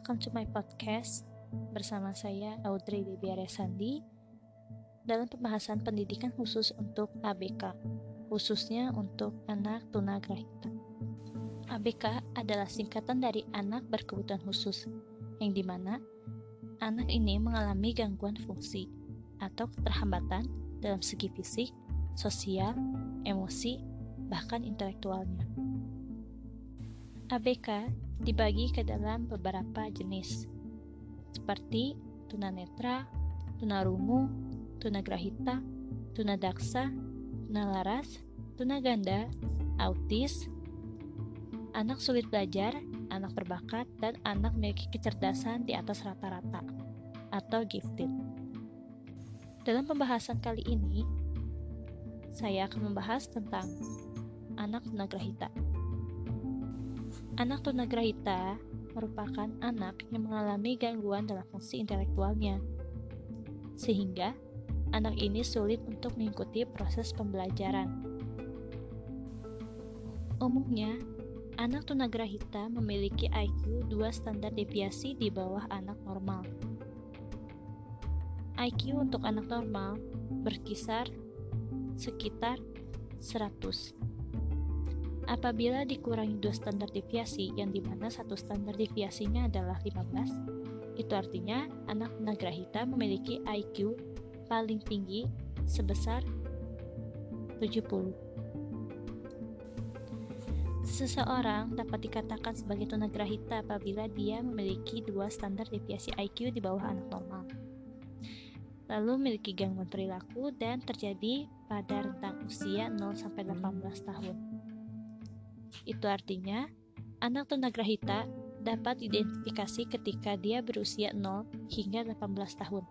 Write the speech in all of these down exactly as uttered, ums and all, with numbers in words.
welcome to my podcast bersama saya Audrey Bibiara Sandi dalam pembahasan pendidikan khusus untuk A B K, khususnya untuk anak tunagrahita. A B K adalah singkatan dari anak berkebutuhan khusus, yang dimana anak ini mengalami gangguan fungsi atau keterhambatan dalam segi fisik, sosial, emosi, bahkan intelektualnya. A B K dibagi ke dalam beberapa jenis, seperti tunanetra, tunarungu, tunagrahita, tunadaksa, tunalaras, tunaganda, autis, anak sulit belajar, anak berbakat, dan anak memiliki kecerdasan di atas rata-rata atau gifted. Dalam pembahasan kali ini, saya akan membahas tentang anak tunagrahita. Anak tunagrahita merupakan anak yang mengalami gangguan dalam fungsi intelektualnya, sehingga anak ini sulit untuk mengikuti proses pembelajaran. Umumnya, anak tunagrahita memiliki I Q dua standar deviasi di bawah anak normal. I Q untuk anak normal berkisar sekitar seratus. Apabila dikurangi dua standar deviasi, yang dimana satu standar deviasinya adalah lima belas, itu artinya anak tunagrahita memiliki I Q paling tinggi sebesar tujuh puluh. Seseorang dapat dikatakan sebagai tunagrahita apabila dia memiliki dua standar deviasi I Q di bawah anak normal, lalu memiliki gangguan perilaku dan terjadi pada rentang usia nol sampai delapan belas tahun. Itu artinya, anak tunagrahita dapat diidentifikasi ketika dia berusia nol hingga delapan belas tahun.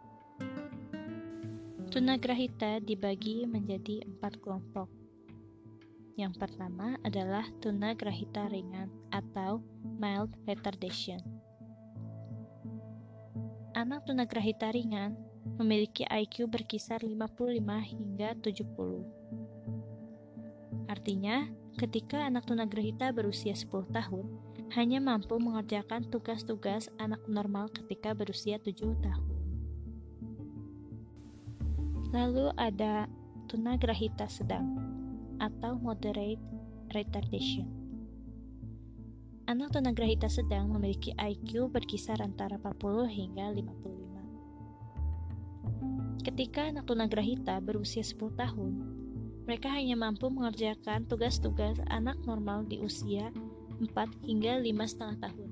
Tunagrahita dibagi menjadi empat kelompok. Yang pertama adalah tunagrahita ringan atau mild retardation. Anak tunagrahita ringan memiliki I Q berkisar lima puluh lima hingga tujuh puluh. Artinya, ketika anak tunagrahita berusia sepuluh tahun, hanya mampu mengerjakan tugas-tugas anak normal ketika berusia tujuh tahun. Lalu ada tunagrahita sedang atau moderate retardation. Anak tunagrahita sedang memiliki I Q berkisar antara empat puluh hingga lima puluh lima. Ketika anak tunagrahita berusia sepuluh tahun, mereka hanya mampu mengerjakan tugas-tugas anak normal di usia empat hingga lima setengah tahun.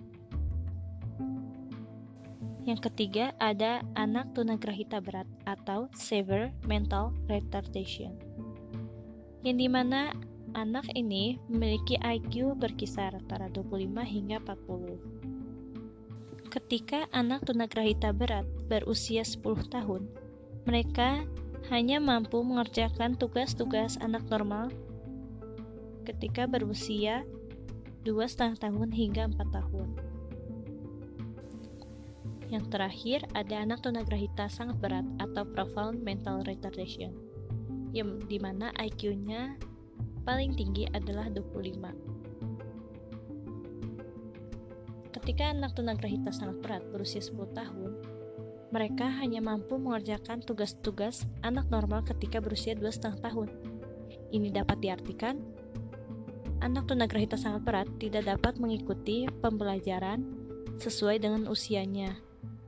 Yang ketiga ada anak tunagrahita berat atau severe mental retardation, yang dimana anak ini memiliki I Q berkisar antara dua puluh lima hingga empat puluh. Ketika anak tunagrahita berat berusia sepuluh tahun, mereka hanya mampu mengerjakan tugas-tugas anak normal ketika berusia dua setengah tahun hingga empat tahun. Yang terakhir ada anak tunagrahita sangat berat atau profound mental retardation, yang dimana I Q-nya paling tinggi adalah dua puluh lima. Ketika anak tunagrahita sangat berat berusia sepuluh tahun, mereka hanya mampu mengerjakan tugas-tugas anak normal ketika berusia dua setengah tahun. Ini dapat diartikan, anak tunagrahita sangat berat tidak dapat mengikuti pembelajaran sesuai dengan usianya.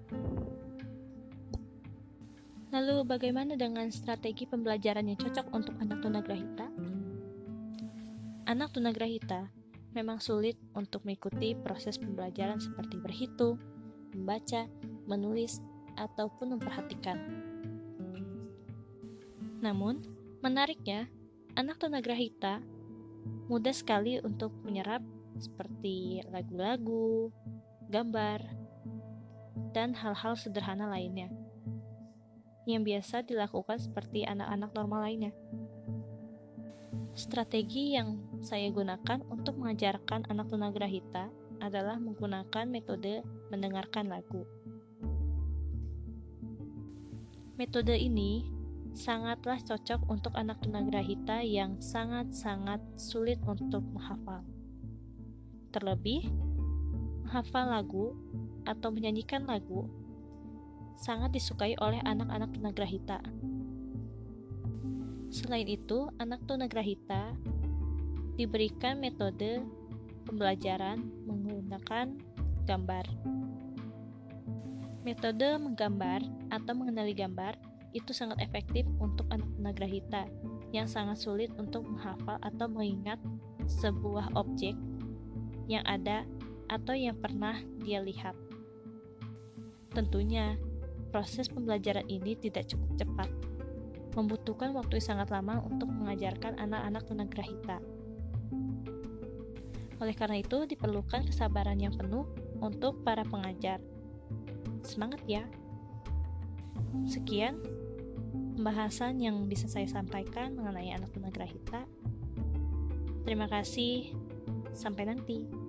Lalu bagaimana dengan strategi pembelajaran yang cocok untuk anak tunagrahita? Anak tunagrahita memang sulit untuk mengikuti proses pembelajaran seperti berhitung, membaca, menulis, ataupun memperhatikan. Namun, menariknya, anak tunagrahita mudah sekali untuk menyerap seperti lagu-lagu, gambar, dan hal-hal sederhana lainnya yang biasa dilakukan seperti anak-anak normal lainnya. Strategi yang saya gunakan untuk mengajarkan anak tunagrahita adalah menggunakan metode mendengarkan lagu. Metode ini sangatlah cocok untuk anak tunagrahita yang sangat-sangat sulit untuk menghafal. Terlebih, menghafal lagu atau menyanyikan lagu sangat disukai oleh anak-anak tunagrahita. Selain itu, anak tunagrahita diberikan metode pembelajaran menggunakan gambar. Metode menggambar atau mengenali gambar itu sangat efektif untuk anak tunagrahita yang sangat sulit untuk menghafal atau mengingat sebuah objek yang ada atau yang pernah dia lihat. Tentunya, proses pembelajaran ini tidak cukup cepat, membutuhkan waktu yang sangat lama untuk mengajarkan anak-anak tunagrahita. Oleh karena itu, diperlukan kesabaran yang penuh untuk para pengajar. Semangat ya! Sekian pembahasan yang bisa saya sampaikan mengenai anak tunagrahita. Terima kasih, sampai nanti.